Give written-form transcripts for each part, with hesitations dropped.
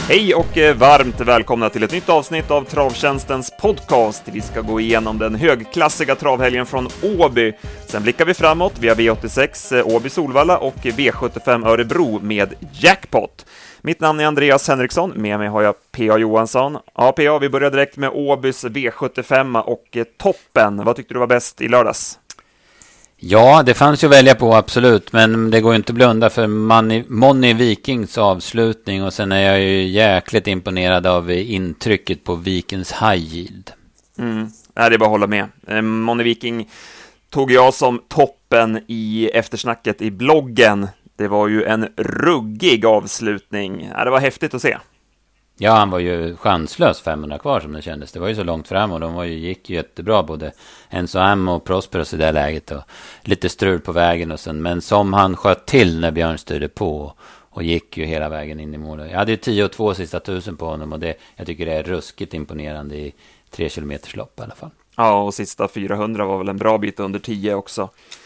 Hej och varmt välkomna till ett nytt avsnitt av Travtjänstens podcast. Vi ska gå igenom den högklassiga travhelgen från Åby. Sen blickar vi framåt via V86 Åby Solvalla och V75 Örebro med jackpot. Mitt namn är Andreas Henriksson, med mig har jag P.A. Johansson. Ja, P.A., vi börjar direkt med Åbys V75 och toppen. Vad tyckte du var bäst i lördags? Ja, det fanns ju att välja på, absolut. Men det går ju inte att blunda för Money Vikings avslutning. Och sen är jag ju jäkligt imponerad av intrycket på Vikings High Yield. Det är bara att hålla med. Money Viking tog jag som toppen i eftersnacket i bloggen. Det var ju en ruggig avslutning. Det var häftigt att se. Ja, han var ju chanslös 500 kvar som det kändes. Det var ju så långt fram och de gick ju jättebra, både Enzo Am och Prosperous i det läget. Och lite strul på vägen och sen. Men som han sköt till när Björn styrde på och gick ju hela vägen in i mål. Jag hade ju 10,2 sista 1000 på honom och jag tycker det är ruskigt imponerande i 3 kilometers lopp i alla fall. Ja, och sista 400 var väl en bra bit under 10 också.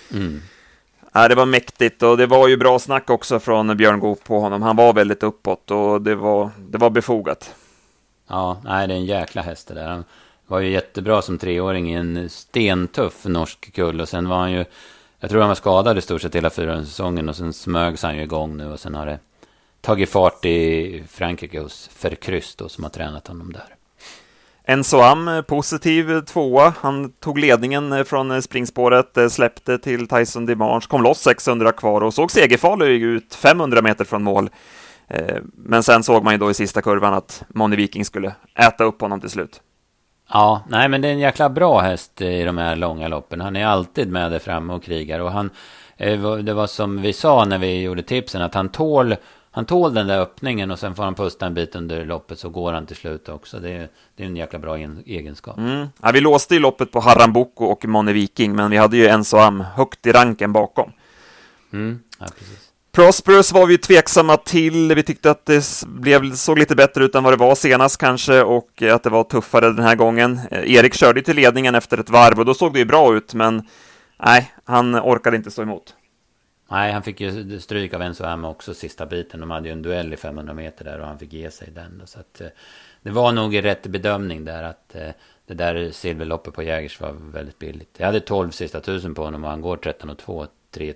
Det var mäktigt och det var ju bra snack också från Björn Goop på honom. Han var väldigt uppåt och det var befogat. Ja, nej, det är en jäkla häst det där. Han var ju jättebra som 3-åring i en stentuff norsk kull och sen var han ju, jag tror han var skadad i stort sett hela 4 säsongen och sen smögs han ju igång nu och sen har det tagit fart i Frankrike hos Verkryst då, som har tränat honom där. Enzo Am, positiv tvåa. Han tog ledningen från springspåret, släppte till Tyson Dimanche, kom loss 600 kvar och såg segerfarlig ut 500 meter från mål. Men sen såg man ju då i sista kurvan att Money Viking skulle äta upp honom till slut. Ja, nej, men det är en jäkla bra häst i de här långa loppen. Han är alltid med där framme och krigar och det var som vi sa när vi gjorde tipsen att han tål den där öppningen och sen får han pusta en bit under loppet så går han till slut också. Det är en jäkla bra egenskap. Ja, vi låste ju loppet på Harambuco och Money Viking, men vi hade ju Enzo Am högt i ranken bakom. Ja, precis. Prosperous var vi tveksamma till. Vi tyckte att det såg lite bättre ut än vad det var senast kanske och att det var tuffare den här gången. Erik körde till ledningen efter ett varv och då såg det ju bra ut, men nej, han orkade inte stå emot. Nej, han fick ju stryk av Enzo Am också sista biten. De hade ju en duell i 500 meter där och han fick ge sig den. Så att, det var nog en rätt bedömning där att det där silverloppet på Jägers var väldigt billigt. Jag hade 12 sista 1000 på honom och han går 13,2,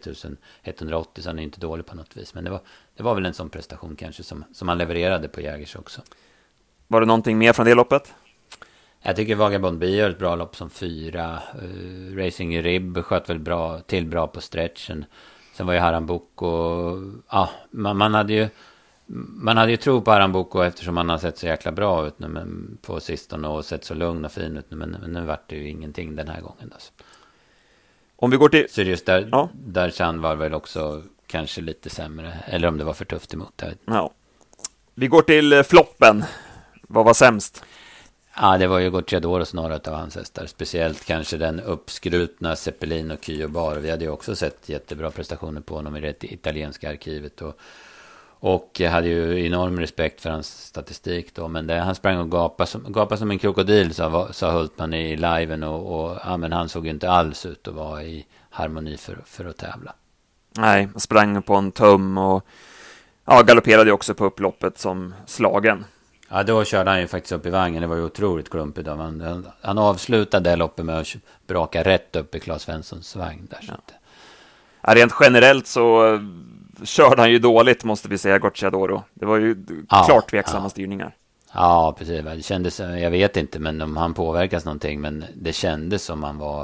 3180 så han är inte dålig på något vis. Men det var väl en sån prestation kanske som han levererade på Jägers också. Var det någonting mer från det loppet? Jag tycker Vagabond Bee gör ett bra lopp som 4. Racing Rib sköt väl bra på stretchen. Sen var ju Harambuco och ja, man hade ju tro på Harambuco eftersom han har sett så jäkla bra ut nu men på sistone och sett så lugn och fin ut nu, men nu vart det ju ingenting den här gången alltså. Om vi går till Sirius där Chan var väl också kanske lite sämre eller om det var för tufft emot. Ja. Vi går till floppen. Vad var sämst? Ja, det var ju Gocciador och några av hans hästar. Speciellt kanske den uppskrutna Zeppelin och Kyo Bar. Vi hade ju också sett jättebra prestationer på honom i det italienska arkivet. Och jag hade ju enorm respekt för hans statistik då. Men han sprang och gapade som en krokodil, sa Hultman i liven. Men han såg ju inte alls ut att vara i harmoni för att tävla. Nej, sprang på en tum och galopperade också på upploppet som slagen. Ja, då körde han ju faktiskt upp i vagnen. Det var ju otroligt klumpigt. Han avslutade det loppet med att braka rätt upp i Claes Svenssons vagn där. Ja, rent generellt så körde han ju dåligt, måste vi säga, Gocciadoro. Det var ju klart tveksamma styrningar. Ja, precis. Det kändes, jag vet inte, men om han påverkas någonting, men det kändes som han var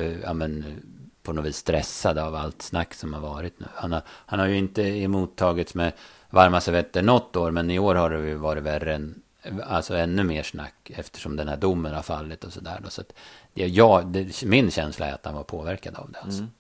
på något vis stressad av allt snack som har varit nu. Han har ju inte emottagits med varma servetter något år, men i år har det ju varit värre ännu mer snack eftersom den här domen har fallit och sådär. Så att min känsla är att han var påverkad av det. Alltså.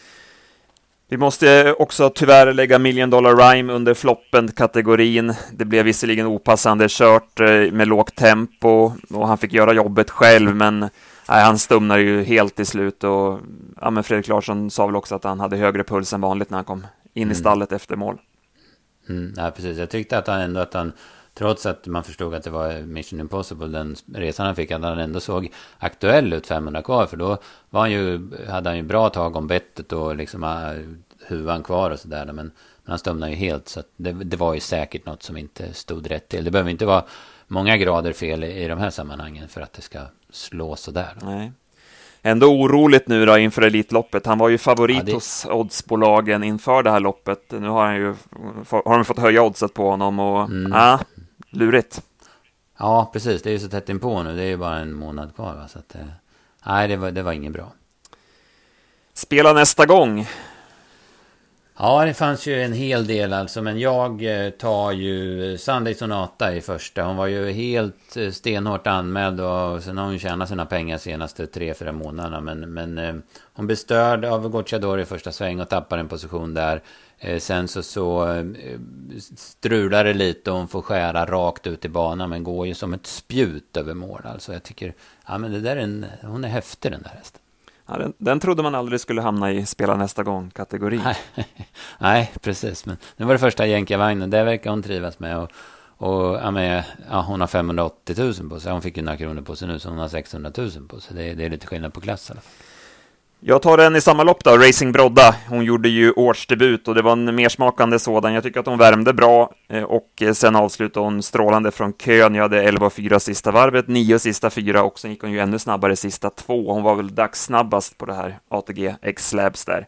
Vi måste också tyvärr lägga Million Dollar Rhyme under floppen-kategorin. Det blev visserligen opassande kört med lågt tempo och han fick göra jobbet själv, men han stumnar ju helt i slut. Och men Fredrik Larsson sa väl också att han hade högre puls än vanligt när han kom in i stallet efter mål. Ja, precis. Jag tyckte att han trots att man förstod att det var Mission Impossible, den resan han fick, att han ändå såg aktuell ut 500 kvar, för då hade han ju bra tag om bettet och liksom huvan kvar och sådär. Men han stumnade ju helt, så att det var ju säkert något som inte stod rätt till. Det behöver inte vara många grader fel i de här sammanhangen för att det ska slå sådär. Nej. Ändå oroligt nu då inför Elitloppet. Han var ju favorit hos oddsbolagen inför det här loppet. Nu har de fått höja oddset på honom och lurigt. Ja, precis. Det är ju så tätt inpå nu. Det är ju bara en månad kvar. Va? Så att, nej, det var ingen bra. Spela nästa gång. Ja, det fanns ju en hel del alltså. Men jag tar ju Sunday Sonata i första. Hon var ju helt stenhårt anmäld. Och sen har hon tjänat sina pengar senaste 3-4 månaderna. Men hon blev störd av Gocciador i första sväng och tappar en position där. Sen så strular det lite och hon får skära rakt ut i banan. Men går ju som ett spjut över mål. Alltså jag tycker, ja men det där hon är häftig den där hästen. Ja, den trodde man aldrig skulle hamna i spela nästa gång-kategori. Nej, precis. Men det var det första jänkarvagnen. Det verkar hon trivas med. Och hon har 580 000 på sig. Hon fick ju några kronor på sig nu, så hon har 600 000 på sig. Det är lite skillnad på klass i alla fall. Jag tar den i samma lopp då, Racing Brodda. Hon gjorde ju årsdebut och det var en mersmakande sådan. Jag tycker att hon värmde bra och sen avslutade hon strålande från kön. Jag hade 11,4 sista varvet, 9 sista 4 och sen gick hon ju ännu snabbare sista 2. Hon var väl dagssnabbast på det här ATG X-Labs där.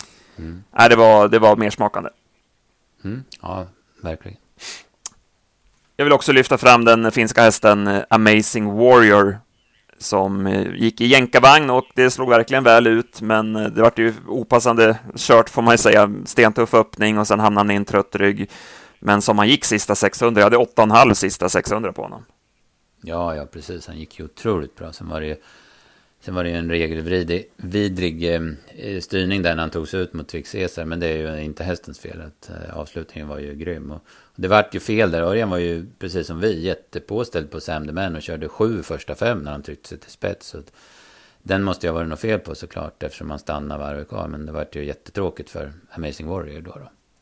Det var mersmakande. Ja, verkligen. Jag vill också lyfta fram den finska hästen Amazing Warrior som gick i jänkarvagn och det slog verkligen väl ut, men det var ju opassande kört får man ju säga, stentuff öppning och sen hamnade han i en trött rygg, men som han gick sista 600, jag hade 8,5 sista 600 på honom. Ja, precis, han gick ju otroligt bra. Sen var det ju en regelvidrig styrning där när han tog sig ut mot Twix Caesar, men det är ju inte hästens fel att avslutningen var ju grym. Och det var ju fel där. Örjan var ju precis som vi jättepåställd på Sam the Man och körde 7 första 5 när han tryckte sig till spets. Så den måste jag vara något fel på såklart eftersom han stannade varvet kvar, men det var ju jättetråkigt för Amazing Warrior då.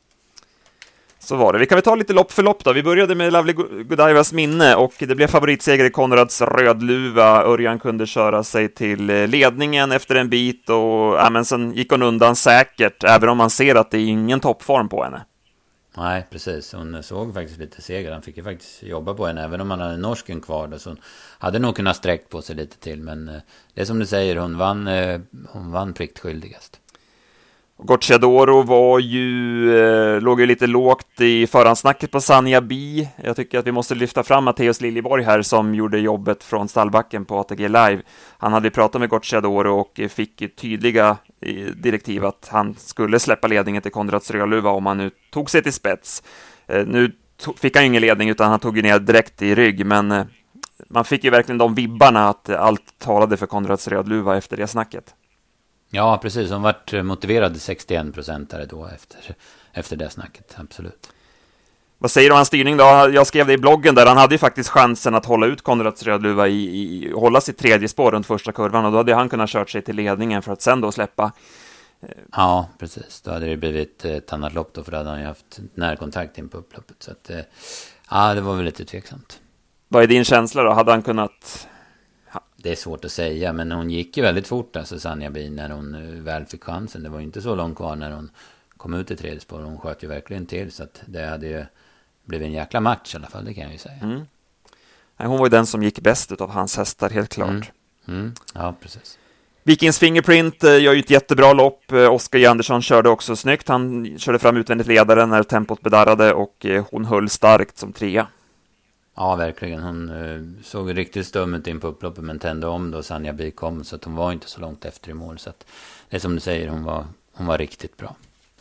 Så var det. Vi kan väl ta lite lopp för lopp då. Vi började med Lovely Godiva's minne och det blev favoritseger i Konrads Rödluva. Örjan kunde köra sig till ledningen efter en bit och men sen gick hon undan säkert, även om man ser att det är ingen toppform på henne. Nej, precis. Hon såg faktiskt lite seger. Han fick ju faktiskt jobba på henne, även om han hade norsken kvar då, så hon hade nog kunnat sträckt på sig lite till, men det är som du säger, hon vann pliktskyldigast. Gocciadoro låg ju lite lågt i förhandsnacket på Sanja Bi. Jag tycker att vi måste lyfta fram Matteus Liljeborg här som gjorde jobbet från stallbacken på ATG Live. Han hade pratat med Gocciadoro och fick tydliga direktiv att han skulle släppa ledningen till Konrads Rödluva om han nu tog sig till spets. Nu fick han ju ingen ledning utan han tog ju ner direkt i rygg, men man fick ju verkligen de vibbarna att allt talade för Konrads Rödluva efter det snacket. Ja, precis. Hon vart motiverad 61% då efter det snacket, absolut. Vad säger du om hans styrning då? Jag skrev det i bloggen där. Han hade ju faktiskt chansen att hålla ut Konrads Rödluva hålla sitt tredje spår runt första kurvan och då hade han kunnat kört sig till ledningen för att sen då släppa. Ja, precis. Då hade det blivit ett annat lopp då, för då hade han ju haft närkontakt in på upploppet. Så att, det var väl lite tveksamt. Vad är din känsla då? Hade han kunnat... Det är svårt att säga, men hon gick ju väldigt fort, alltså Sanja Bin, när hon väl fick chansen. Det var ju inte så långt kvar när hon kom ut i tredje spår. Hon sköt ju verkligen till, så att det hade ju blivit en jäkla match i alla fall, det kan jag ju säga. Nej, hon var ju den som gick bäst av hans hästar, helt klart. Ja, precis. Vikings Fingerprint gör ju ett jättebra lopp. Oskar J. Andersson körde också snyggt. Han körde fram utvändigt ledaren när tempot bedarrade och hon höll starkt som 3. Ja, verkligen. Hon såg riktigt stum ut in på upploppet, men tände om då Sanja Bi kom, så att hon var inte så långt efter i mål. Så att det är som du säger, hon var riktigt bra.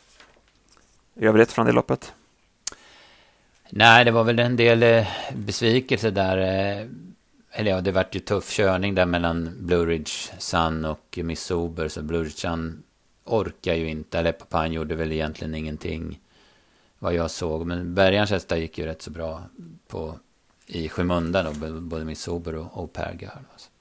Övrigt från det loppet? Nej, det var väl en del besvikelse där. Eller ja, det var ju tuff körning där mellan Blue Ridge Sun och Miss Sober. Så Blue Ridge Sun orkar ju inte. Eller Papan gjorde väl egentligen ingenting vad jag såg. Men Bergans hästar gick ju rätt så bra i skymundan då, både Miss Sober och Perga. Alltså.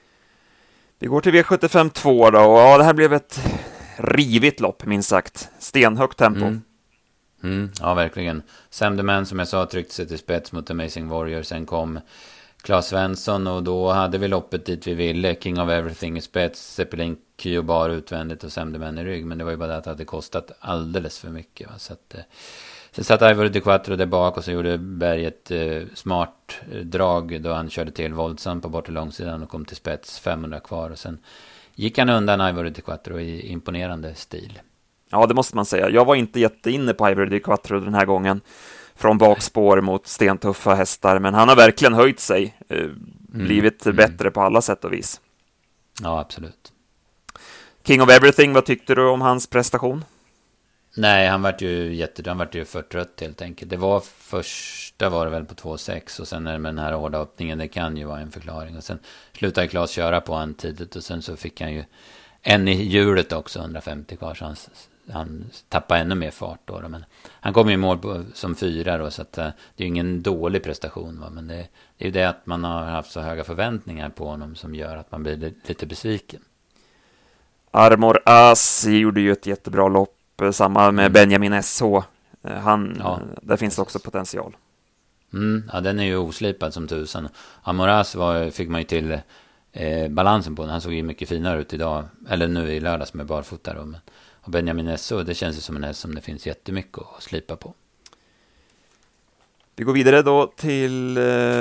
Vi går till V75 2 då. Och det här blev ett rivigt lopp, minst sagt. Stenhögt tempo. Ja, verkligen. Sam the Man, som jag sa, tryckte sig till spets mot Amazing Warrior. Sen kom Claes Svensson, och då hade vi loppet dit vi ville. King of Everything i spets, Zeppelin Kyobar utvändigt och Semdeman i rygg. Men det var ju bara det att det hade kostat alldeles för mycket. Va? Så att, sen satt Ivory de Quattro där bak och så gjorde Berg ett smart drag då han körde till våldsamt på bortre långsidan och kom till spets, 500 kvar. Och sen gick han undan Ivory de Quattro i imponerande stil. Ja, det måste man säga. Jag var inte jätteinne på Ivory de Quattro den här gången. Från bakspår mot stentuffa hästar. Men han har verkligen höjt sig. Blivit bättre på alla sätt och vis. Ja, absolut. King of Everything, vad tyckte du om hans prestation? Nej, han vart ju för trött helt enkelt. Det var första var det väl på 2,6 och sen är det med den här hårda öppningen, det kan ju vara en förklaring. Och sen slutade Claes köra på han tidigt och sen så fick han ju en i hjulet också, 150 kvar, så han tappade ännu mer fart då. Men han kom i mål som 4 då, så att det är ju ingen dålig prestation. Va? Men det är ju det att man har haft så höga förväntningar på honom som gör att man blir lite besviken. Armor As gjorde ju ett jättebra lopp. Samma med Benjamin SH. Där finns det också potential. Ja, den är ju oslipad som tusan. Amoras fick man ju till balansen på. Han såg ju mycket finare ut idag. Eller nu i lördags med barfota då. Och Benjamin SH, det känns ju som en häst som det finns jättemycket att slipa på. Vi går vidare då till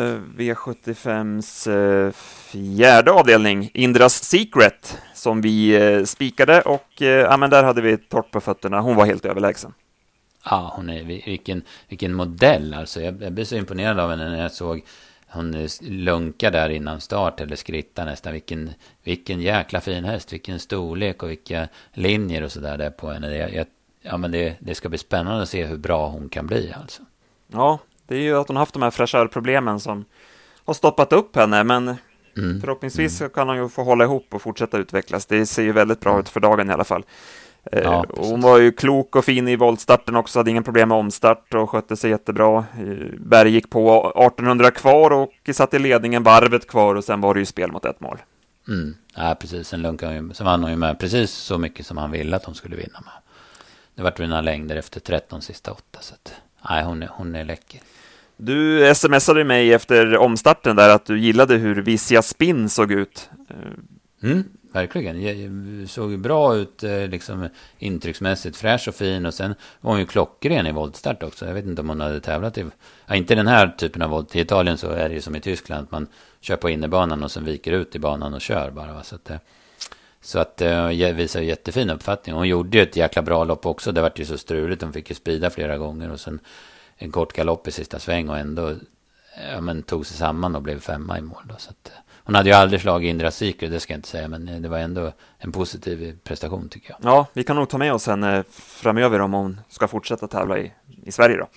V75s fjärde avdelning, Indras Secret, som vi spikade och men där hade vi torrt på fötterna. Hon var helt överlägsen. Ja, hon är vilken modell alltså. Jag blev så imponerad av henne när jag såg hon lunka där innan start eller skritta nästan. Vilken jäkla fin häst, vilken storlek och vilka linjer och sådär där på henne. Men det ska bli spännande att se hur bra hon kan bli alltså. Ja, det är ju att hon har haft de här fräschörproblemen som har stoppat upp henne, men förhoppningsvis kan hon ju få hålla ihop och fortsätta utvecklas. Det ser ju väldigt bra ut för dagen i alla fall. Ja, hon var ju klok och fin i voltstarten också, hade ingen problem med omstart och skötte sig jättebra. Berg gick på 1800 kvar och satt i ledningen varvet kvar och sen var det ju spel mot ett mål. Ja, precis. Sen vann hon ju med precis så mycket som han ville att hon skulle vinna med. Det var några längder efter 13 sista 8, så att nej, hon är läcker. Du smsade mig efter omstarten där att du gillade hur Visia Spin såg ut. Verkligen. Jag såg ju bra ut liksom intrycksmässigt, fräsch och fin, och sen var hon ju klockren i voltstart också. Jag vet inte om hon hade tävlat inte den här typen av volt. I Italien så är det ju som i Tyskland att man kör på innerbanan och sen viker ut i banan och kör bara. Va? Så att jag visar jättefin uppfattning. Hon gjorde ju ett jäkla bra lopp också. Det var ju så struligt. Hon fick ju sprida flera gånger och sen en kort galopp i sista sväng och ändå tog sig samman och blev 5 i mål då. Så att, hon hade ju aldrig slagit Indra Secret, det ska jag inte säga, men det var ändå en positiv prestation tycker jag. Ja, vi kan nog ta med oss henne framöver om hon ska fortsätta tävla i Sverige då.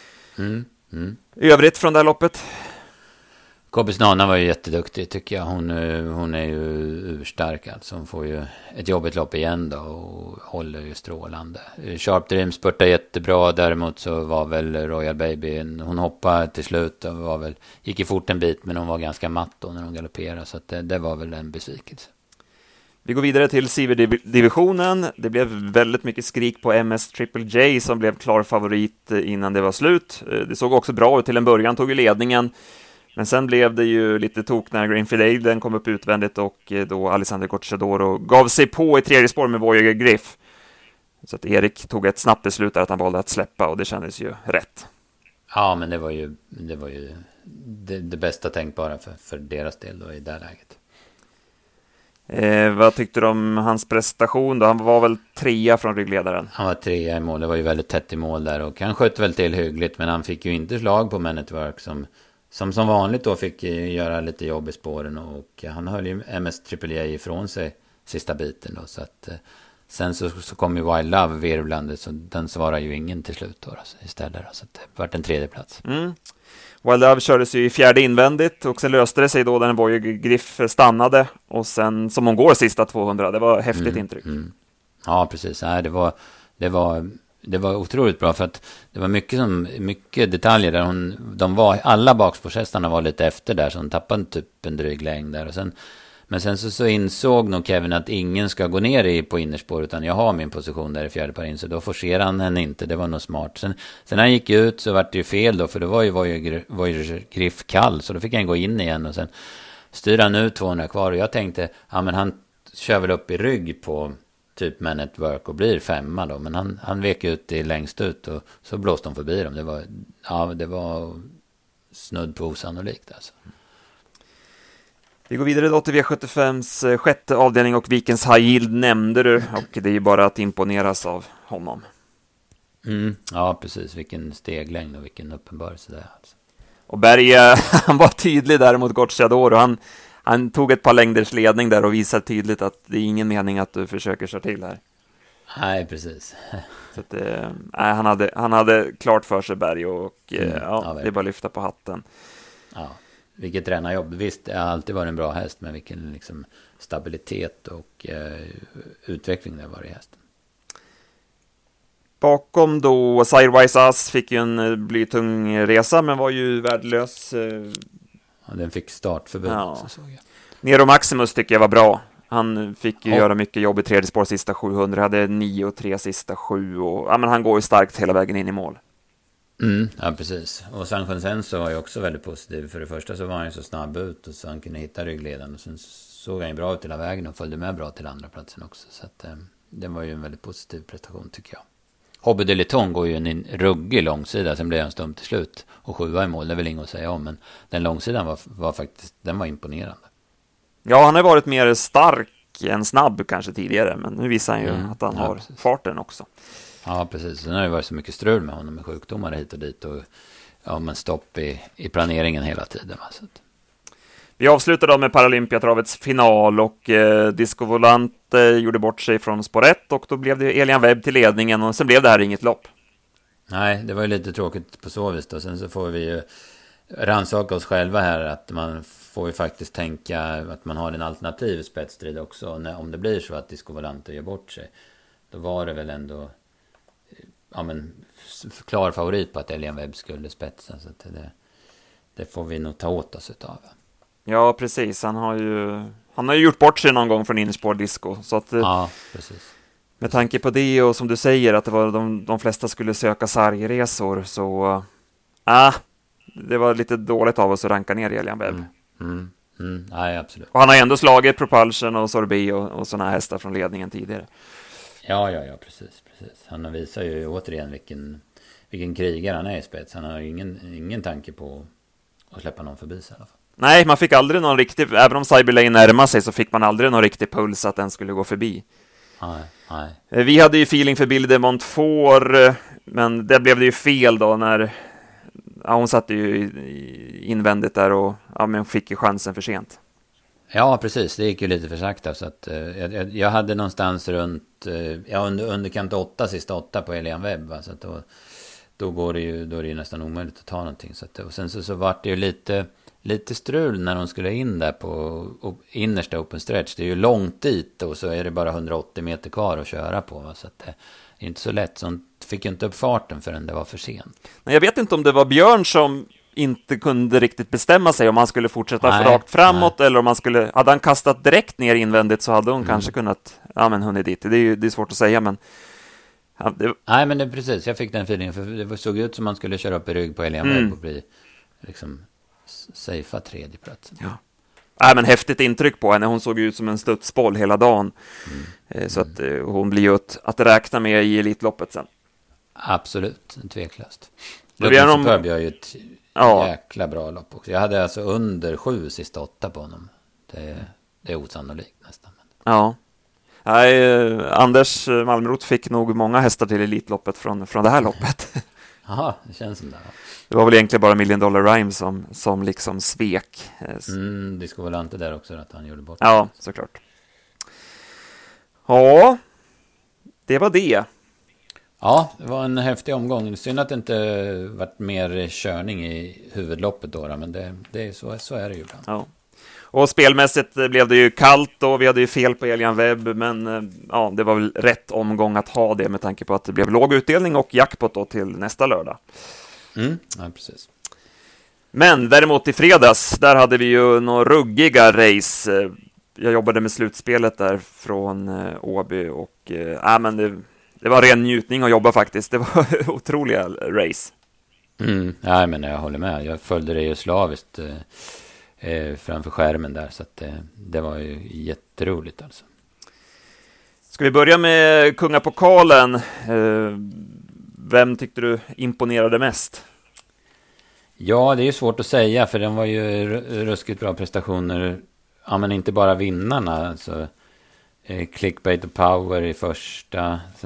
I övrigt från det här loppet? Kobis Nana var ju jätteduktig tycker jag. Hon är ju urstark alltså. Hon får ju ett jobbigt lopp igen då och håller ju strålande. Sharp Dream spurtade jättebra. Däremot så var väl Royal Baby, hon hoppade till slut och gick i fort en bit, men hon var ganska matt då när hon galopperade, så att det var väl en besvikelse. Vi går vidare till Silverdivisionen. Det blev väldigt mycket skrik på MS Triple J som blev klar favorit innan det var slut. Det såg också bra ut till en början, tog ju ledningen. Men sen blev det ju lite tok när Greenfield Aiden kom upp utvändigt och då Alessandro Gocciadoro gav sig på i tredje spår med Voyager Griff. Så att Erik tog ett snabbt beslut där att han valde att släppa och det kändes ju rätt. Ja, men det var ju det bästa tänkbara för deras del då i det läget. Vad tyckte du om hans prestation då? Han var väl 3 från ryggledaren? Han var 3 i mål, det var ju väldigt tätt i mål där och han sköt väl till hyggligt, men han fick ju inte slag på Man at Work som vanligt då fick göra lite jobb i spåren, och han höll ju MS AAA ifrån sig sista biten då, så att sen så kom ju Wild Love virvlande, så den svarar ju ingen till slut då istället då, så att det vart en 3:e plats. Wild Love kördes ju i 4:e invändigt och sen löste det sig då när en Voyager Griff stannade och sen som hon går sista 200, det var häftigt intryck. Ja, precis. Nej, det var otroligt bra, för att det var mycket detaljer där alla bakspårshästarna var lite efter där, så hon tappade typ en dryg längd där, och sen Men sen så insåg nog Kevin att ingen ska gå ner på innerspår, utan jag har min position där i fjärde par in, så då forcerade han henne inte. Det var nog smart. Sen när han gick ut så var det ju fel då, för då var ju Griff kall, så då fick han gå in igen och sen styrde han ut 200 kvar, och jag tänkte, ja men han kör väl upp i rygg på typ Man at Work och blir 5 då, men han vek ut det längst ut och så blåste de förbi dem. Det var snudd på osannolikt alltså. Vi går vidare då till V75s sjätte avdelning, och Vikens High Yield nämnde du, och det är ju bara att imponeras av honom. Ja, precis. Vilken steglängd och vilken uppenbarelse det är alltså. Och Berg, han var tydlig där mot Gocciador, och han tog ett par längders ledning där och visade tydligt att det är ingen mening att du försöker köra till här. Nej, precis. Så att, han hade klart för sig, Berg, och det är bara att lyfta på hatten. Ja, vilket tränarjobb. Visst, det har alltid varit en bra häst, men vilken liksom stabilitet och utveckling det var i hästen. Bakom då, Sidewise Ass fick ju en blytung resa, men var ju värdelös. Ja, den fick startförbud. Ja. Så såg jag. Nero Maximus tycker jag var bra. Han fick ju göra mycket jobb i tredje spår sista 700, hade 9,3 sista 7, och men han går ju starkt hela vägen in i mål. Ja, precis. Och San Consenso var ju också väldigt positiv. För det första så var han ju så snabb ut, och så han kunde hitta ryggleden, och sen såg han ju bra ut hela vägen och följde med bra till andra platsen också. Så att det var ju en väldigt positiv prestation tycker jag. Hobby de Liton går ju en ruggig långsida, sen blev han stum till slut och 7 i mål, det är väl inget att säga om, men den långsidan var faktiskt, den var imponerande. Ja, han har varit mer stark än snabb kanske tidigare, men nu visar han ju att han har farten också. Ja, precis. Sen har det varit så mycket strul med honom med sjukdomar hit och dit, och men stopp i planeringen hela tiden. Så att... Vi avslutar då med Paralympiatravets final, och Disco Volante gjorde bort sig från spår 1, och då blev det Elian Webb till ledningen, och sen blev det här inget lopp. Nej, det var ju lite tråkigt på så vis då. Sen så får vi ju rannsaka oss själva här, att man får ju faktiskt tänka att man har en alternativ spetsstrid också. Om det blir så att Disco Volante gör bort sig, då var det väl ändå klar favorit på att Elian Webb skulle spetsa, så att det får vi nog ta åt oss utav. Ja, precis. Han har ju gjort bort sig någon gång från innerspår Disco, så att ja, precis. Med tanke på det, och som du säger att det var de flesta skulle söka sargresor, så det var lite dåligt av oss att ranka ner Elian Webb. Nej, absolut. Och han har ändå slagit Propulsion och Sorbet och sådana hästar från ledningen tidigare. Ja, precis. Han visar ju återigen vilken krigare han är i spets. Han har ju ingen tanke på att släppa någon förbi sig i alla fall. Nej, man fick aldrig någon riktig, även om Cyberlane närmade sig, så fick man aldrig någon riktig puls att den skulle gå förbi. Nej. Vi hade ju feeling för Billy de Montfort, men det blev det ju fel då när hon satt ju invändigt där, och men fick ju chansen för sent. Ja, precis. Det gick ju lite för sakta, så att jag hade någonstans runt underkant 8, sista 8 på Elian Webb, va? Så att då är det ju nästan omöjligt att ta någonting, så att, och sen så var det ju lite strul när de skulle in där på innersta open stretch. Det är ju långt dit, och så är det bara 180 meter kvar att köra på, va? Så att det är inte så lätt. Så hon fick ju inte upp farten förrän det var för sent. Men jag vet inte om det var Björn som inte kunde riktigt bestämma sig om man skulle fortsätta rakt framåt, eller om hade han kastat direkt ner invändigt, så hade hon kanske kunnat hunnit dit. Det är svårt att säga, men nej, men det är precis, jag fick den feelingen, för det såg ut som man skulle köra upp i rygg på Elian Webb och bli liksom safea tredjeplatsen. Ja, men häftigt intryck på henne. Hon såg ut som en studsboll hela dagen. Så att hon blir ju att räkna med i Elitloppet sen. Absolut, tveklöst. Looking Superb gör ju ett jäkla bra lopp också. Jag hade alltså under 7 sista 8 på honom. Det är osannolikt nästan. Ja. Nej, Anders Malmroth fick nog många hästar till Elitloppet från det här loppet. Jaha, det känns som det. Det var väl egentligen bara Million Dollar Rhyme som liksom svek. Disco Volante där också, att han gjorde bort. Ja, såklart. Ja, det var det. Ja, det var en häftig omgång. Synd att det inte varit mer körning i huvudloppet då, men det är så är det ju ibland. Ja. Och spelmässigt blev det ju kallt då, vi hade ju fel på Elian Webb, men det var väl rätt omgång att ha det med tanke på att det blev låg utdelning och jackpot då till nästa lördag. Ja, precis. Men däremot i fredags, där hade vi ju några ruggiga race. jag jobbade med slutspelet där från Åby och men det var ren njutning att jobba faktiskt. Det var otroliga race. Ja, men jag håller med. Jag följde det ju slaviskt framför skärmen där, så att det var ju jätteroligt alltså. Ska vi börja med kungapokalen? Vem tyckte du imponerade mest? Ja, det är ju svårt att säga, för den var ju ruskigt bra prestationer. Ja, men inte bara vinnarna. Alltså, Clickbait och Power i första. Sen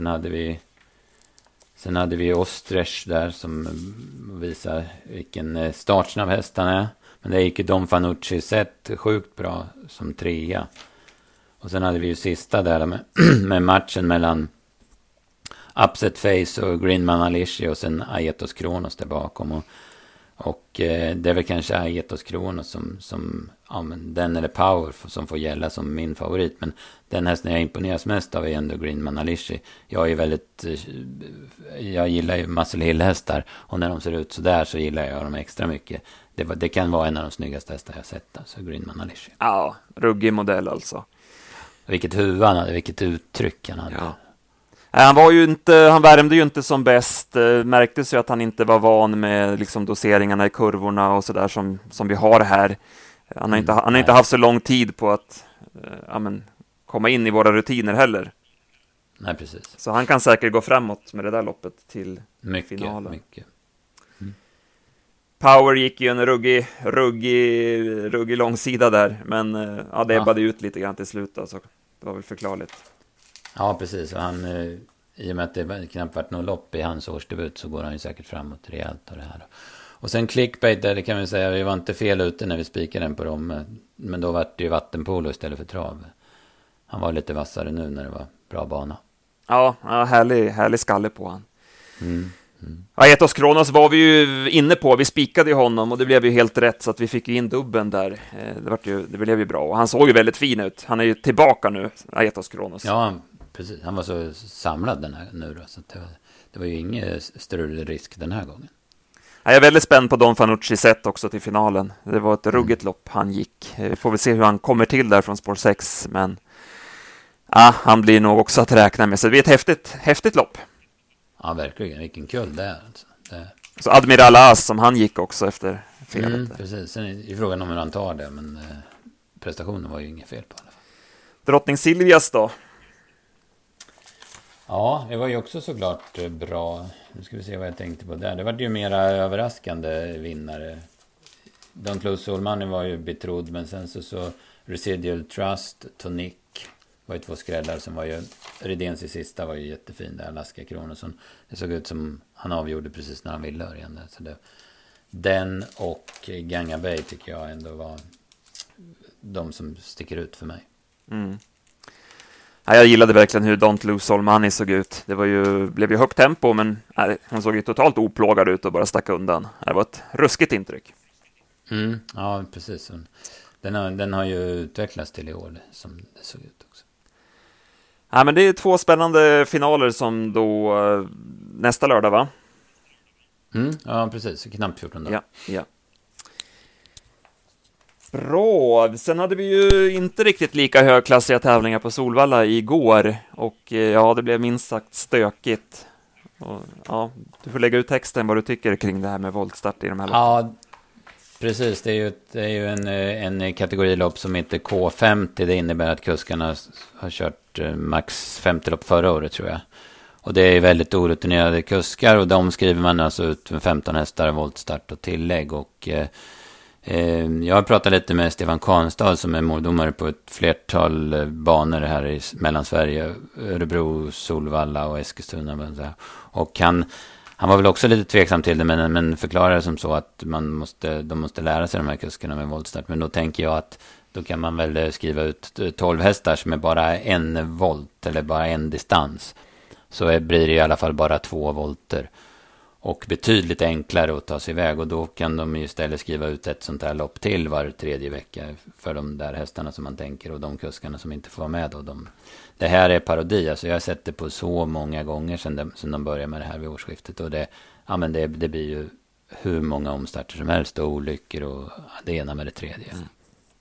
hade vi Ostrich där som visar vilken startsnabb häst han är. Men det gick ju Don Fanucci sett sjukt bra som 3. Och sen hade vi ju sista där med matchen mellan Upset Face och Greenman Alicia och sen Aetos Kronos där bakom. Och det är väl kanske Aetos Kronos som den eller Power som får gälla som min favorit. Men den hästen jag imponeras mest av är ändå Greenman Alicia. Jag gillar ju Muscle Hill-hästar, och när de ser ut så där så gillar jag dem extra mycket. Det kan vara en av de snyggaste hästar jag sett, alltså Greenman Alicia. Ja, ruggig modell alltså. Vilket huvud han hade, vilket uttryck han hade. Ja. Han värmde ju inte som bäst. Märktes ju att han inte var van med liksom doseringarna i kurvorna och sådär som vi har här. Han har inte haft så lång tid på att komma in i våra rutiner heller. Nej, precis. Så han kan säkert gå framåt med det där loppet till finalen. Mycket. Power gick ju en ruggig långsida där, men det ebbade ut lite grann till slut då, så det var väl förklarligt. Ja, precis. Och han, i och med att det knappt varit något lopp i hans årsdebut, så går han ju säkert framåt rejält av det här. Och sen Clickbait där, det kan vi säga, vi var inte fel ute när vi spikade den på dem, men då var det ju vattenpolo istället för trav. Han var lite vassare nu när det var bra bana. Ja, härlig skalle på han. Aetos Kronos var vi ju inne på, vi spikade ju honom och det blev ju helt rätt, så att vi fick ju in dubben där. Det blev ju bra, och han såg ju väldigt fin ut. Han är ju tillbaka nu, Aetos Kronos. Ja, precis. Han var så samlad den här nu då, så att det var ju ingen större risk den här gången. Jag är väldigt spänd på Don Fanucci sett också till finalen. Det var ett ruggigt lopp han gick. Vi får väl se hur han kommer till där från spår 6, men han blir nog också att räkna med. Så det blir ett häftigt lopp. Ja, verkligen. Vilken kul det är. Alltså. Så Admiral As som han gick också efter felet. Precis. Sen är frågan om hur han tar det, men prestationen var ju inget fel på i alla fall. Drottning Silvias då? Ja, det var ju också såklart bra. Nu ska vi se vad jag tänkte på där. Det var ju mera överraskande vinnare. Don't Lose Soul Money var ju betrodd, men sen så Residual Trust, Tonic var ju 2 skrällar. Sen var ju Redens i sista var ju jättefin där, Alaska Kronosson. Det såg ut som han avgjorde precis när han ville igen där. Så den och Ganga Bay tycker jag ändå var de som sticker ut för mig. Jag gillade verkligen hur Don't Lose All Money såg ut. Det blev ju högt tempo, men hon såg ju totalt oplågad ut och bara stack undan. Det var ett ruskigt intryck. Ja, precis. Den har ju utvecklats till i år som det såg ut också. Ja, men det är 2 spännande finaler som då nästa lördag, va? Ja, precis. Knappt 14 dagar. Ja. Bra, sen hade vi ju inte riktigt lika högklassiga tävlingar på Solvalla igår, och det blev minst sagt stökigt. Och, du får lägga ut texten vad du tycker kring det här med voltstart i de här loppen. Ja, precis. Det är ju en kategorilopp som inte K50. Det innebär att kuskarna har kört max 50 lopp förra året, tror jag. Och det är väldigt orutinerade kuskar, och de skriver man alltså ut med 15 hästar, voltstart och tillägg. Och jag har pratat lite med Stefan Kahnstad som är måldomare på ett flertal banor här i Mellansverige, Örebro, Solvalla och Eskilstuna. Och han var väl också lite tveksam till det, men förklarade som så att de måste lära sig de här kuskarna med voltstart. Men då tänker jag att då kan man väl skriva ut 12 hästar som är bara en volt eller bara en distans. Så blir det i alla fall bara 2 volter. Och betydligt enklare att ta sig iväg. Och då kan de ju istället skriva ut ett sånt här lopp till var 3:e vecka för de där hästarna som man tänker, och de kuskarna som inte får vara med. Det här är parodi. Alltså jag har sett det på så många gånger sedan de började med det här vid årsskiftet. Och det blir ju hur många omstarter som helst och olyckor och det ena med det tredje.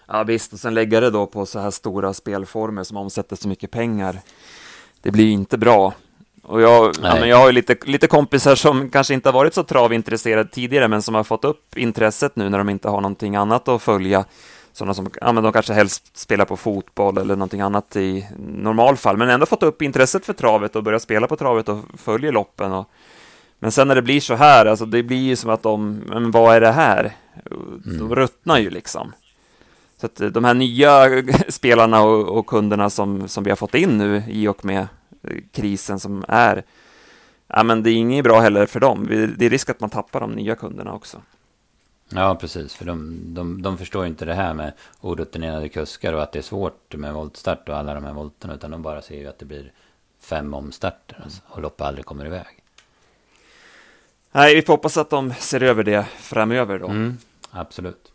Ja visst, och sen lägga det då på så här stora spelformer som omsätter så mycket pengar. Det blir ju inte bra. Och men jag har ju lite kompisar som kanske inte har varit så travintresserade tidigare, men som har fått upp intresset nu när de inte har någonting annat att följa. Sådana som men de kanske helst spelar på fotboll eller någonting annat i normalfall, men ändå fått upp intresset för travet och börja spela på travet och följer loppen. Men sen när det blir så här, alltså det blir ju som att men vad är det här? De ruttnar ju liksom. Så att de här nya spelarna och kunderna som vi har fått in nu i och med krisen som är, men det är inget bra heller för dem. Det är risk att man tappar de nya kunderna också. Ja, precis. För de förstår ju inte det här med orutinerade kuskar och att det är svårt med voltstart och alla de här volterna, utan de bara ser ju att det blir 5 omstarter och loppet aldrig kommer iväg. Nej, vi får hoppas att de ser över det framöver då. Absolut.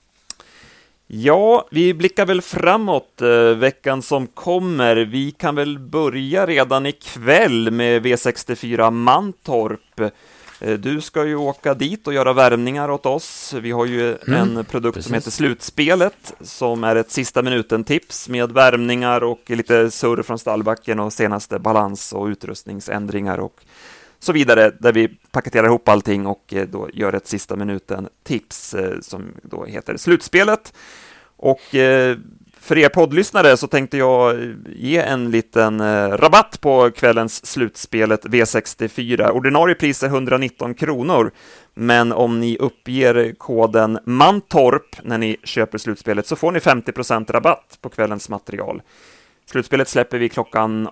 Ja, vi blickar väl framåt veckan som kommer. Vi kan väl börja redan ikväll med V64 Mantorp. Du ska ju åka dit och göra värmningar åt oss. Vi har ju en produkt som heter Slutspelet, som är ett sista minuten-tips med värmningar och lite surr från stallbacken och senaste balans- och utrustningsändringar och så vidare, där vi paketerar ihop allting och då gör ett sista minuten-tips som då heter Slutspelet. Och för er poddlyssnare så tänkte jag ge en liten rabatt på kvällens Slutspelet V64. Ordinarie pris är 119 kronor, men om ni uppger koden MANTORP när ni köper Slutspelet så får ni 50% rabatt på kvällens material. Slutspelet släpper vi klockan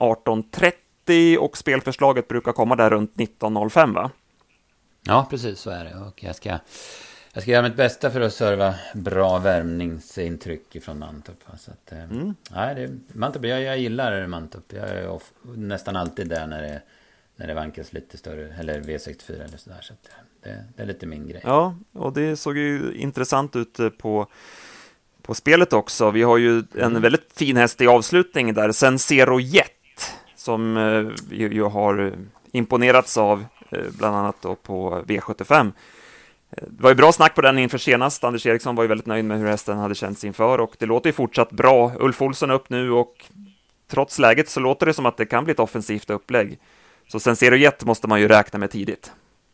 18:30 och spelförslaget brukar komma där runt 19:05, va? Ja, precis så är det. Och jag ska göra mitt bästa för att serva bra värmningsintryck från Mantorp. Så att, Mantorp, jag gillar Mantorp. Jag är nästan alltid där när det vankas lite större, eller V64 eller sådär. Så att det är lite min grej. Ja, och det såg ju intressant ut på spelet också. Vi har ju en väldigt fin häst i avslutning där, Sensero Jet, som ju har imponerats av bland annat då på V75. Det var ju bra snack på den inför senast. Anders Eriksson var ju väldigt nöjd med hur hästen hade känts inför, och det låter ju fortsatt bra. Ulf Olsson upp nu, och trots läget så låter det som att det kan bli ett offensivt upplägg. Så Sensero Jet måste man ju räkna med tidigt.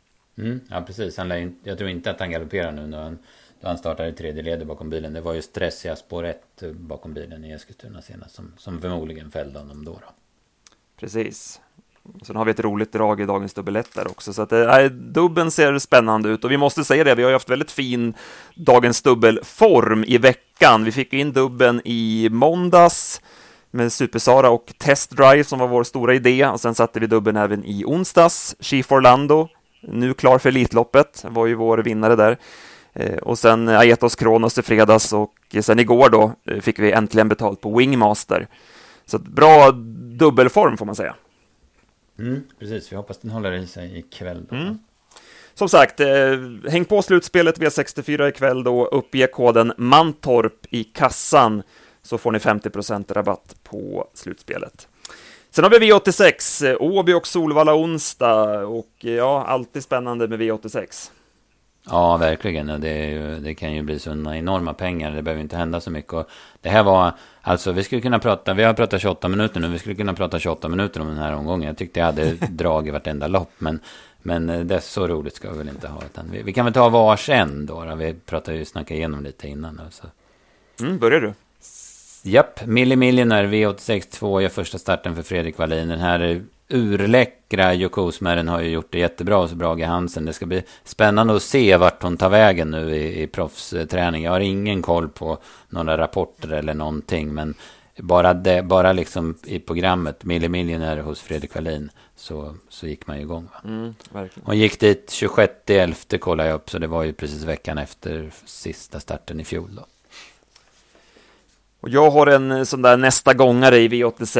Ja, precis. Jag tror inte att han galopperar nu när han startar i tredje ledet bakom bilen. Det var ju stressiga spår 1 bakom bilen i Eskilstuna senast som förmodligen fällde honom då. Precis. Sen har vi ett roligt drag i dagens dubbelett där också. Så att dubben ser spännande ut. Och vi måste säga det, vi har ju haft väldigt fin dagens dubbelform i veckan. Vi fick in dubben i måndags med Supersara och Test Drive som var vår stora idé. Och sen satte vi dubben även i onsdags. Chief Orlando, nu klar för Elitloppet, var ju vår vinnare där. Och sen Aetos Kronos i fredags, och sen igår då fick vi äntligen betalt på Wingmaster. Så bra dubbelform får man säga. Precis, vi hoppas den håller i sig ikväll då. Som sagt, häng på Slutspelet V64 ikväll då, uppge koden MANTORP i kassan så får ni 50% rabatt på Slutspelet. Sen har vi V86, Åby och Solvalla onsdag, och ja, alltid spännande med V86. Ja, verkligen. Det kan ju bli sådana enorma pengar. Det behöver inte hända så mycket. Och det här var, alltså vi har pratat 28 minuter nu. Vi skulle kunna prata 28 minuter om den här omgången. Jag tyckte jag hade drag i vartenda lopp. Men det är så roligt ska vi väl inte ha. Utan vi kan väl ta varsin då. Vi snackade igenom lite innan. Så. Börjar du? Japp, Millionaire V86-2 gör första starten för Fredrik Wallin. Den här urläckra Jokosmären har ju gjort det jättebra hos Brage Hansen. Det ska bli spännande att se vart hon tar vägen nu i proffsträning. Jag har ingen koll på några rapporter eller någonting, men bara liksom i programmet Millionaire hos Fredrik Wallin så gick man ju igång. Verkligen. Hon gick dit 26/11 kollade jag upp, så det var ju precis veckan efter sista starten i fjol då. Och jag har en sån där nästa gångare i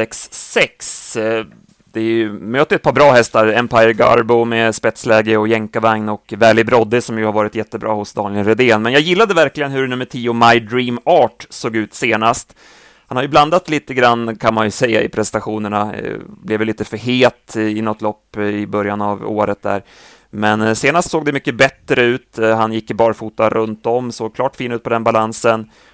V86-6. Det möter ett par bra hästar, Empire Garbo med spetsläge och jänkarvagn, och Valley Brodde som ju har varit jättebra hos Daniel Redén. Men jag gillade verkligen hur nummer 10 My Dream Art såg ut senast. Han har ju blandat lite grann, kan man ju säga, i prestationerna. Blev väl lite för het i något lopp i början av året där. Men senast såg det mycket bättre ut. Han gick i barfota runt om, såg klart fin ut på den balansen.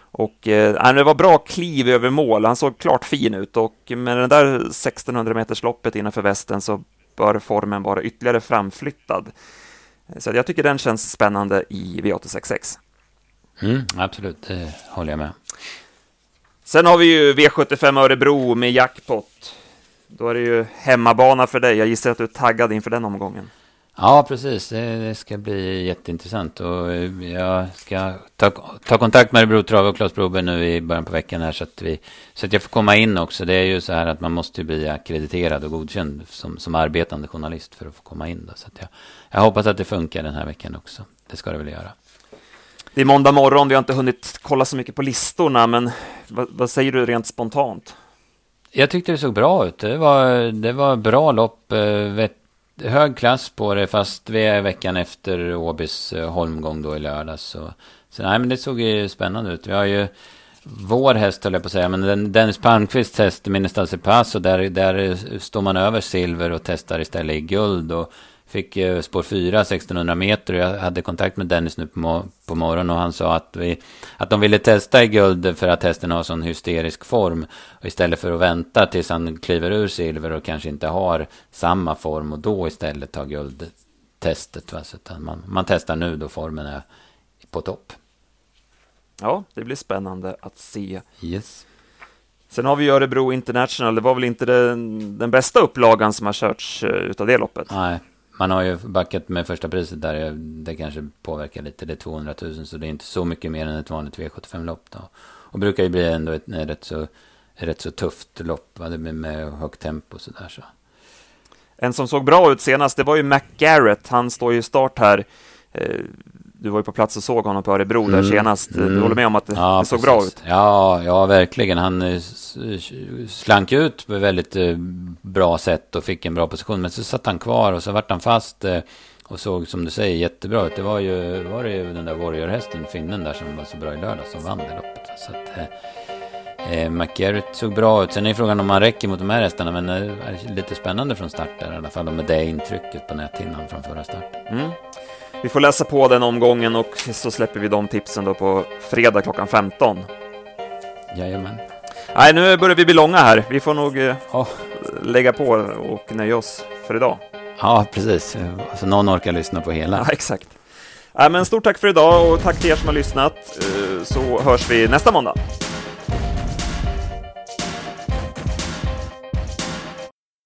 Och det var bra kliv över mål. Han såg klart fin ut och med den där 1600 meters loppet innanför västen så bör formen vara ytterligare framflyttad. Så jag tycker den känns spännande i V86.6. Absolut, det håller jag med. Sen har vi ju V75 Örebro med jackpot. Då är det ju hemmabana för dig. Jag gissar att du är taggad inför den omgången. Ja, precis. Det ska bli jätteintressant. Och jag ska ta kontakt med Örebro Trav och Claes Broberg nu i början på veckan här så att jag får komma in också. Det är ju så här att man måste bli akkrediterad och godkänd som arbetande journalist för att få komma in då. Så att jag hoppas att det funkar den här veckan också. Det ska det väl göra. Det är måndag morgon, vi har inte hunnit kolla så mycket på listorna, men vad säger du rent spontant? Jag tyckte det såg bra ut. Det var bra lopp, hög klass på det, fast vi är veckan efter Åbys holmgång då i lördags. Så nej, men det såg ju spännande ut. Vi har ju vår häst, höll jag på att säga, men Dennis Palmqvists häst, Ministalse Pass, och där står man över silver och testar istället i guld och fick spår 4, 1600 meter. Jag hade kontakt med Dennis nu på morgonen och han sa att de ville testa i guld för att hästen har sån hysterisk form. Och istället för att vänta tills han kliver ur silver och kanske inte har samma form och då istället ta guldtestet. Va? Så att man testar nu då formen är på topp. Ja, det blir spännande att se. Yes. Sen har vi Örebro International. Det var väl inte den bästa upplagan som har körts utav det loppet? Nej. Man har ju backat med första priset där, det kanske påverkar lite, det är 200 000 så det är inte så mycket mer än ett vanligt V75-lopp då. Och brukar ju bli ändå ett rätt så tufft lopp med högt tempo så där så. En som såg bra ut senast, det var ju McGarrett, han står ju i start här. Du var ju på plats och såg honom på Örebro där senast. Du håller med om att det såg bra ut? Ja, verkligen. Han slank ut på ett väldigt bra sätt och fick en bra position. Men så satt han kvar och så vart han fast och såg, som du säger, jättebra ut. Det var ju den där Warrior-hästen, finnen där, som var så bra i lördag som vann det loppet. Så att McGarrett såg bra ut. Sen är frågan om man räcker mot de här hästarna, men det är lite spännande från start där i alla fall, med det intrycket på näthinnan från förra starten. Vi får läsa på den omgången och så släpper vi de tipsen då på fredag klockan 15. Jajamän. Nej, nu börjar vi bli långa här. Vi får nog lägga på och nöja oss för idag. Ja, precis. Så någon orkar lyssna på hela. Ja, exakt. Men stort tack för idag och tack till er som har lyssnat. Så hörs vi nästa måndag.